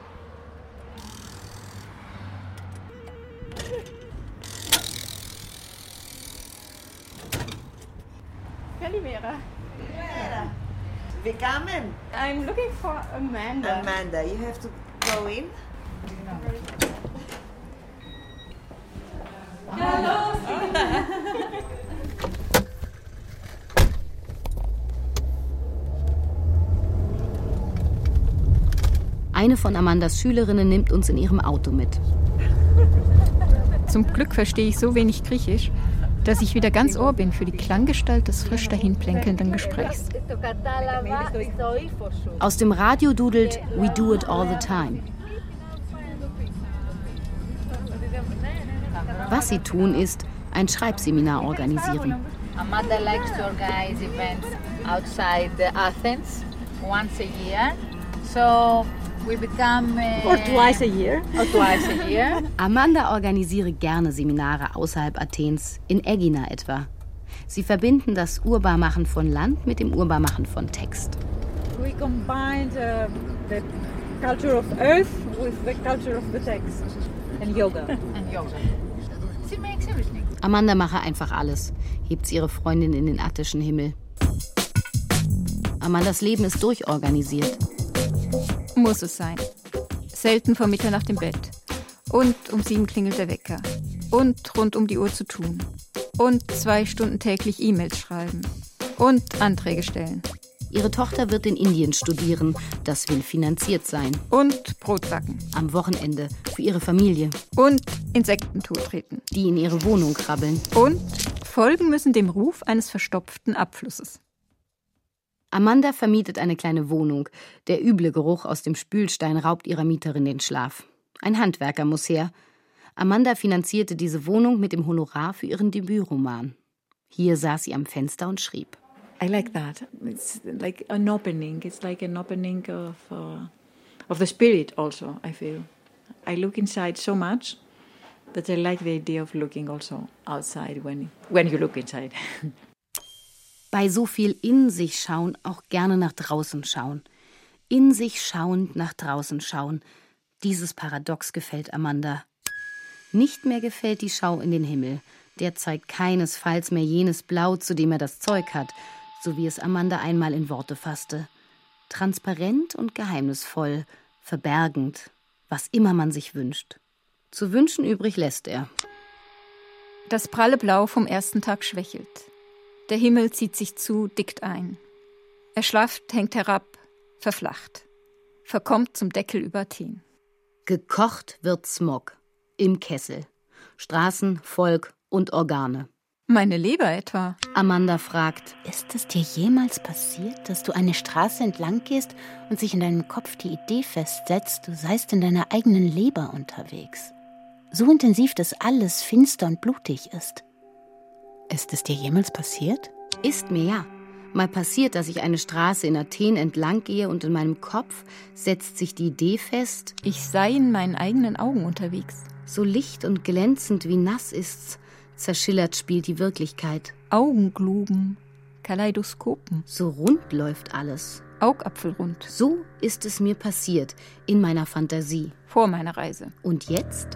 Kalimera. Willkommen. I'm looking for Amanda. Amanda, you have to go in. Hello. Eine von Amandas Schülerinnen nimmt uns in ihrem Auto mit. Zum Glück verstehe ich so wenig Griechisch, dass ich wieder ganz Ohr bin für die Klanggestalt des frisch dahinplänkelnden Gesprächs. Aus dem Radio dudelt We Do It All the Time. Was sie tun, ist ein Schreibseminar organisieren. Amanda likes to organize events outside Athens once a year. So we become or twice a year. Amanda organisiere gerne Seminare außerhalb Athens, in Ägina etwa. Sie verbinden das Urbarmachen von Land mit dem Urbarmachen von Text. We combined the culture of earth with the culture of the text and yoga. She makes everything. Amanda mache einfach alles, hebt sie ihre Freundin in den attischen Himmel. Amandas Leben ist durchorganisiert. Muss es sein. Selten vor Mitternacht im Bett. Und um 7 klingelt der Wecker. Und rund um die Uhr zu tun. Und 2 Stunden täglich E-Mails schreiben. Und Anträge stellen. Ihre Tochter wird in Indien studieren. Das will finanziert sein. Und Brot backen. Am Wochenende für ihre Familie. Und Insekten tottreten. Die in ihre Wohnung krabbeln. Und folgen müssen dem Ruf eines verstopften Abflusses. Amanda vermietet eine kleine Wohnung. Der üble Geruch aus dem Spülstein raubt ihrer Mieterin den Schlaf. Ein Handwerker muss her. Amanda finanzierte diese Wohnung mit dem Honorar für ihren Debütroman. Hier saß sie am Fenster und schrieb. I like that. It's like an opening. It's like an opening of the spirit also, I feel. I look inside so much that I like the idea of looking also outside when you look inside. Bei so viel in sich schauen auch gerne nach draußen schauen. In sich schauend nach draußen schauen. Dieses Paradox gefällt Amanda. Nicht mehr gefällt die Schau in den Himmel. Der zeigt keinesfalls mehr jenes Blau, zu dem er das Zeug hat, so wie es Amanda einmal in Worte fasste. Transparent und geheimnisvoll, verbergend, was immer man sich wünscht. Zu wünschen übrig lässt er. Das pralle Blau vom ersten Tag schwächelt. Der Himmel zieht sich zu, dickt ein. Erschlafft, hängt herab, verflacht. Verkommt zum Deckel über Athen. Gekocht wird Smog. Im Kessel. Straßen, Volk und Organe. Meine Leber etwa? Amanda fragt. Ist es dir jemals passiert, dass du eine Straße entlang gehst und sich in deinem Kopf die Idee festsetzt, du seist in deiner eigenen Leber unterwegs? So intensiv, dass alles finster und blutig ist. Ist es dir jemals passiert? Ist mir ja. Mal passiert, dass ich eine Straße in Athen entlang gehe und in meinem Kopf setzt sich die Idee fest, ich sei in meinen eigenen Augen unterwegs. So licht und glänzend wie nass ist's, zerschillert spielt die Wirklichkeit. Augengluben, Kaleidoskopen. So rund läuft alles. Augapfelrund. So ist es mir passiert, in meiner Fantasie. Vor meiner Reise. Und jetzt?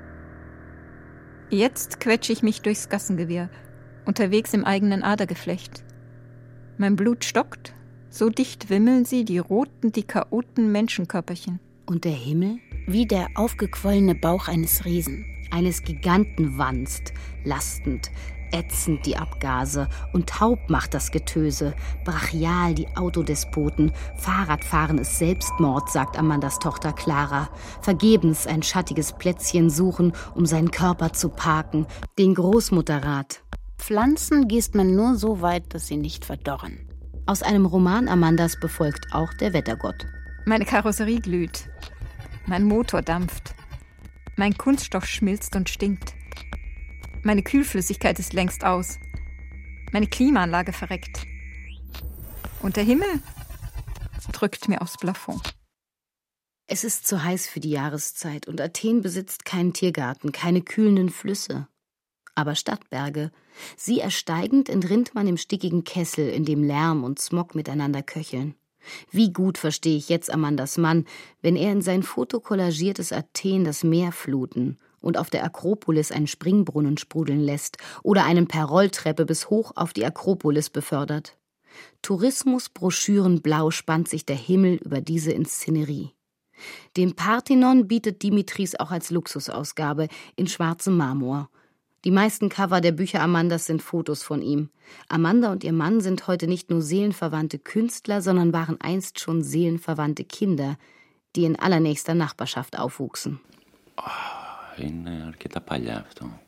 Jetzt quetsche ich mich durchs Gassengewirr, unterwegs im eigenen Adergeflecht. Mein Blut stockt, so dicht wimmeln sie, die roten, die chaoten Menschenkörperchen. Und der Himmel? Wie der aufgequollene Bauch eines Riesen. Eines Giganten wanzt, lastend, ätzend die Abgase und taub macht das Getöse, brachial die Autodespoten, Fahrradfahren ist Selbstmord, sagt Amandas Tochter Clara, vergebens ein schattiges Plätzchen suchen, um seinen Körper zu parken, den Großmutterrat. Pflanzen gießt man nur so weit, dass sie nicht verdorren. Aus einem Roman Amandas befolgt auch der Wettergott. Meine Karosserie glüht, mein Motor dampft, mein Kunststoff schmilzt und stinkt. Meine Kühlflüssigkeit ist längst aus. Meine Klimaanlage verreckt. Und der Himmel drückt mir aufs Plafond. Es ist zu heiß für die Jahreszeit und Athen besitzt keinen Tiergarten, keine kühlenden Flüsse. Aber Stadtberge. Sie ersteigend entrinnt man im stickigen Kessel, in dem Lärm und Smog miteinander köcheln. Wie gut verstehe ich jetzt Amandas Mann, wenn er in sein fotokollagiertes Athen das Meer fluten und auf der Akropolis einen Springbrunnen sprudeln lässt oder einen per Rolltreppe bis hoch auf die Akropolis befördert. Tourismusbroschürenblau spannt sich der Himmel über diese Inszenerie. Den Parthenon bietet Dimitris auch als Luxusausgabe in schwarzem Marmor. Die meisten Cover der Bücher Amandas sind Fotos von ihm. Amanda und ihr Mann sind heute nicht nur seelenverwandte Künstler, sondern waren einst schon seelenverwandte Kinder, die in allernächster Nachbarschaft aufwuchsen. Είναι αρκετά παλιά αυτό.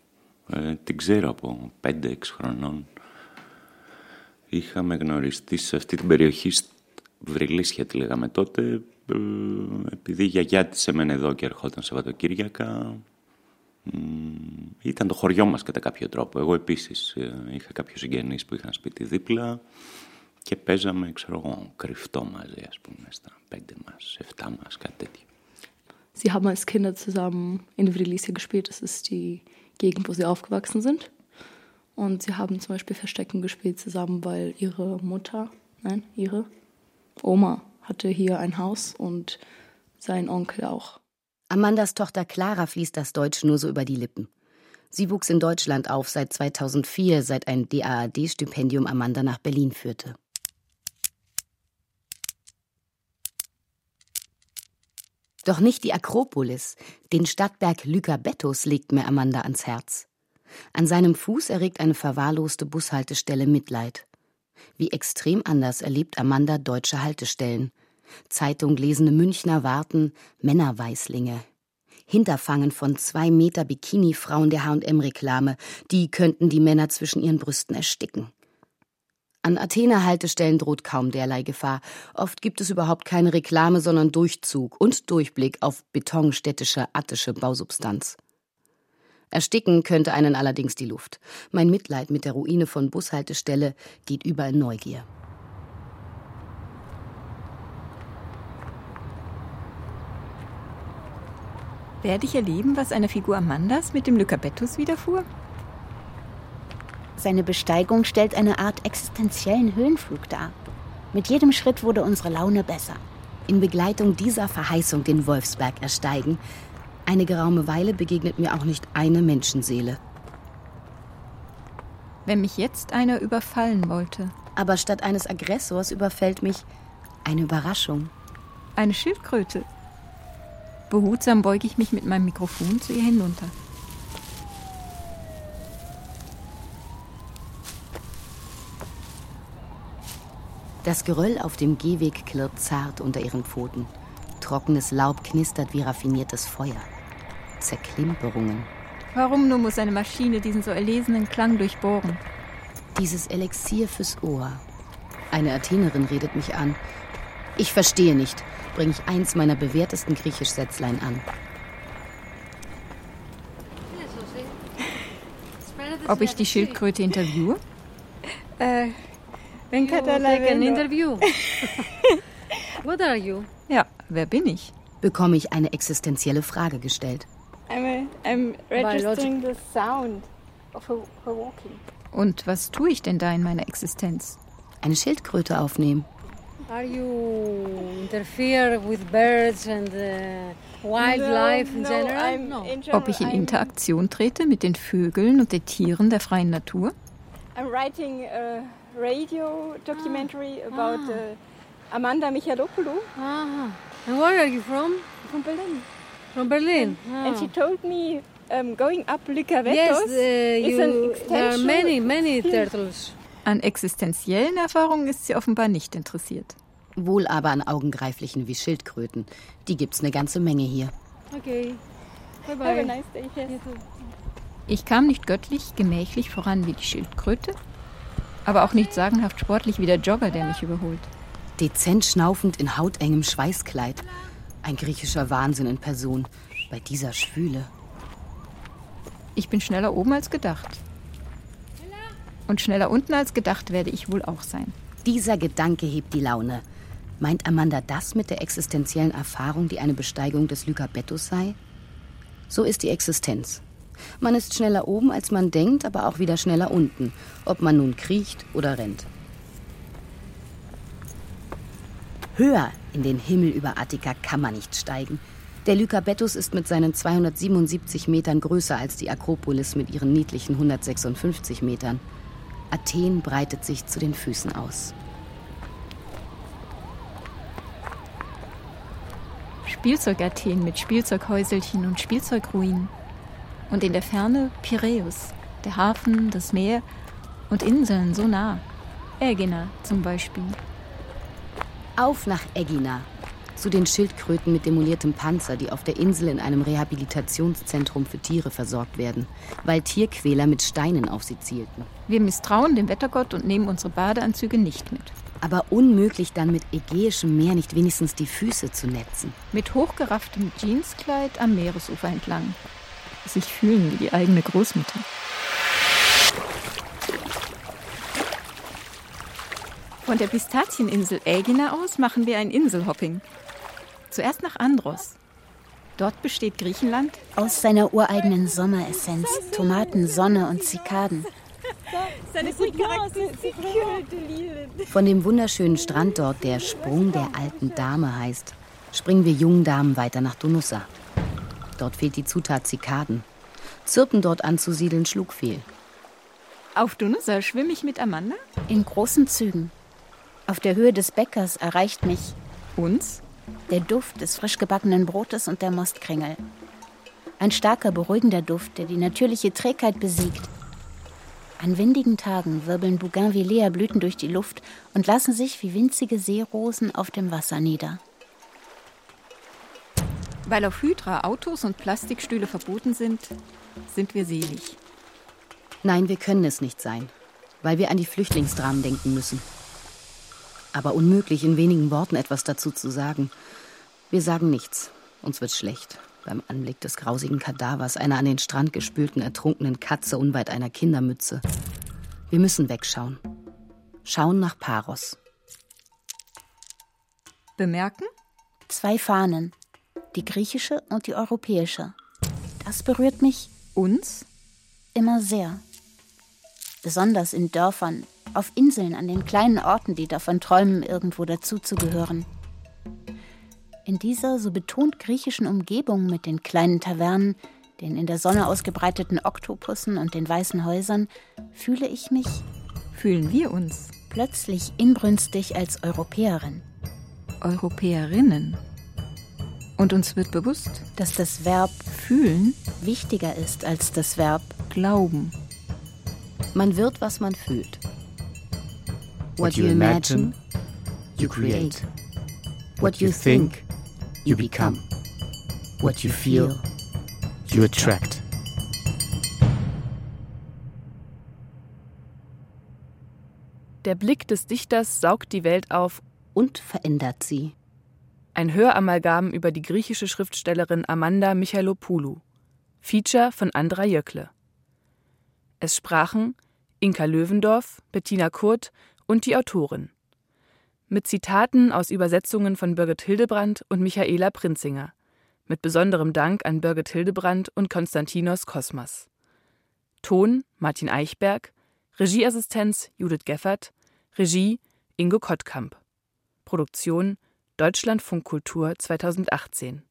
Την ξέρω από 5-6 χρονών. Είχαμε γνωριστεί σε αυτή την περιοχή, Βρυλίσια τη λέγαμε τότε, επειδή η γιαγιά της έμενε εδώ και ερχόταν Σαββατοκύριακα. Ήταν το χωριό μας κατά κάποιο τρόπο. Εγώ επίσης είχα κάποιους συγγενείς που είχαν σπίτι δίπλα και παίζαμε, ξέρω εγώ, κρυφτό μαζί, ας πούμε, στα 5 μας, 7 μας, κάτι τέτοιο. Sie haben als Kinder zusammen in Vrilicia gespielt. Das ist die Gegend, wo sie aufgewachsen sind. Und sie haben zum Beispiel Verstecken gespielt zusammen, weil ihre Oma hatte hier ein Haus und sein Onkel auch. Amandas Tochter Clara fließt das Deutsch nur so über die Lippen. Sie wuchs in Deutschland auf seit 2004, seit ein DAAD-Stipendium Amanda nach Berlin führte. Doch nicht die Akropolis, den Stadtberg Lycabettus legt mir Amanda ans Herz. An seinem Fuß erregt eine verwahrloste Bushaltestelle Mitleid. Wie extrem anders erlebt Amanda deutsche Haltestellen. Zeitung lesende Münchner warten, Männerweißlinge. Hinterfangen von 2 Meter Bikini-Frauen der H&M-Reklame, die könnten die Männer zwischen ihren Brüsten ersticken. An Athener Haltestellen droht kaum derlei Gefahr. Oft gibt es überhaupt keine Reklame, sondern Durchzug und Durchblick auf betonstädtische, attische Bausubstanz. Ersticken könnte einen allerdings die Luft. Mein Mitleid mit der Ruine von Bushaltestelle geht über in Neugier. Werde ich erleben, was einer Figur Amandas mit dem Lycabettus widerfuhr? Seine Besteigung stellt eine Art existenziellen Höhenflug dar. Mit jedem Schritt wurde unsere Laune besser. In Begleitung dieser Verheißung den Wolfsberg ersteigen. Eine geraume Weile begegnet mir auch nicht eine Menschenseele. Wenn mich jetzt einer überfallen wollte. Aber statt eines Aggressors überfällt mich eine Überraschung. Eine Schildkröte. Behutsam beuge ich mich mit meinem Mikrofon zu ihr hinunter. Das Geröll auf dem Gehweg klirrt zart unter ihren Pfoten. Trockenes Laub knistert wie raffiniertes Feuer. Zerklimperungen. Warum nur muss eine Maschine diesen so erlesenen Klang durchbohren? Dieses Elixier fürs Ohr. Eine Athenerin redet mich an. Ich verstehe nicht. Bringe ich eins meiner bewährtesten Griechisch-Sätzlein an. Ob ich die Schildkröte interviewe? An interview. What are you? Ja, wer bin ich? Bekomme ich eine existenzielle Frage gestellt. I'm registering the sound of her walking. Und was tue ich denn da in meiner Existenz? Eine Schildkröte aufnehmen. Are you interfere with birds and wildlife in general? No. Ob ich in Interaktion trete mit den Vögeln und den Tieren der freien Natur? I'm writing a radio documentary about Amanda Michalopoulou. And where are you from? From Berlin. From Berlin. And she told me going up Lycabettus is an extension. There are many turtles. An existenziellen Erfahrungen ist sie offenbar nicht interessiert. Wohl aber an augengereiflichen wie Schildkröten. Die gibt's eine ganze Menge hier. Okay. Bye-bye. Have a nice day. Yes. Ich kam nicht göttlich, gemächlich voran wie die Schildkröte, aber auch nicht sagenhaft sportlich wie der Jogger, der mich überholt. Dezent schnaufend in hautengem Schweißkleid. Ein griechischer Wahnsinn in Person. Bei dieser Schwüle. Ich bin schneller oben als gedacht. Und schneller unten als gedacht werde ich wohl auch sein. Dieser Gedanke hebt die Laune. Meint Amanda das mit der existenziellen Erfahrung, die eine Besteigung des Lycabettus sei? So ist die Existenz. Man ist schneller oben, als man denkt, aber auch wieder schneller unten, ob man nun kriecht oder rennt. Höher in den Himmel über Attika kann man nicht steigen. Der Lycabettus ist mit seinen 277 Metern größer als die Akropolis mit ihren niedlichen 156 Metern. Athen breitet sich zu den Füßen aus. Spielzeug-Athen mit Spielzeughäuselchen und Spielzeugruinen. Und in der Ferne Piräus, der Hafen, das Meer und Inseln so nah. Ägina zum Beispiel. Auf nach Ägina, zu den Schildkröten mit demoliertem Panzer, die auf der Insel in einem Rehabilitationszentrum für Tiere versorgt werden, weil Tierquäler mit Steinen auf sie zielten. Wir misstrauen dem Wettergott und nehmen unsere Badeanzüge nicht mit. Aber unmöglich dann mit Ägäischem Meer nicht wenigstens die Füße zu netzen. Mit hochgerafftem Jeanskleid am Meeresufer entlang. Sich fühlen wie die eigene Großmutter. Von der Pistazieninsel Ägina aus machen wir ein Inselhopping. Zuerst nach Andros. Dort besteht Griechenland aus seiner ureigenen Sommeressenz, Tomaten, Sonne und Zikaden. Von dem wunderschönen Strand dort, der Sprung der alten Dame heißt, springen wir jungen Damen weiter nach Donussa. Dort fehlt die Zutat Zikaden. Zirpen dort anzusiedeln schlug fehl. Auf Donussa schwimme ich mit Amanda? In großen Zügen. Auf der Höhe des Bäckers erreicht mich uns der Duft des frisch gebackenen Brotes und der Mostkringel. Ein starker, beruhigender Duft, der die natürliche Trägheit besiegt. An windigen Tagen wirbeln Bougainvillea-Blüten durch die Luft und lassen sich wie winzige Seerosen auf dem Wasser nieder. Weil auf Hydra Autos und Plastikstühle verboten sind, sind wir selig. Nein, wir können es nicht sein, weil wir an die Flüchtlingsdramen denken müssen. Aber unmöglich, in wenigen Worten etwas dazu zu sagen. Wir sagen nichts. Uns wird schlecht. Beim Anblick des grausigen Kadavers einer an den Strand gespülten, ertrunkenen Katze unweit einer Kindermütze. Wir müssen wegschauen. Schauen nach Paros. Bemerken? 2 Fahnen. Die griechische und die europäische. Das berührt mich. Uns? Immer sehr. Besonders in Dörfern, auf Inseln, an den kleinen Orten, die davon träumen, irgendwo dazuzugehören. In dieser so betont griechischen Umgebung mit den kleinen Tavernen, den in der Sonne ausgebreiteten Oktopussen und den weißen Häusern, fühle ich mich, fühlen wir uns, plötzlich inbrünstig als Europäerin. Europäerinnen. Und uns wird bewusst, dass das Verb fühlen wichtiger ist als das Verb glauben. Man wird, was man fühlt. What you imagine, you create. What you think, you become. What you feel, you attract. Der Blick des Dichters saugt die Welt auf und verändert sie. Ein Höramalgam über die griechische Schriftstellerin Amanda Michalopoulou. Feature von Andra Jöckle. Es sprachen Inka Löwendorf, Bettina Kurt und die Autorin. Mit Zitaten aus Übersetzungen von Birgit Hildebrandt und Michaela Prinzinger. Mit besonderem Dank an Birgit Hildebrandt und Konstantinos Kosmas. Ton Martin Eichberg, Regieassistenz Judith Geffert, Regie Ingo Kottkamp. Produktion Deutschlandfunk Kultur 2018.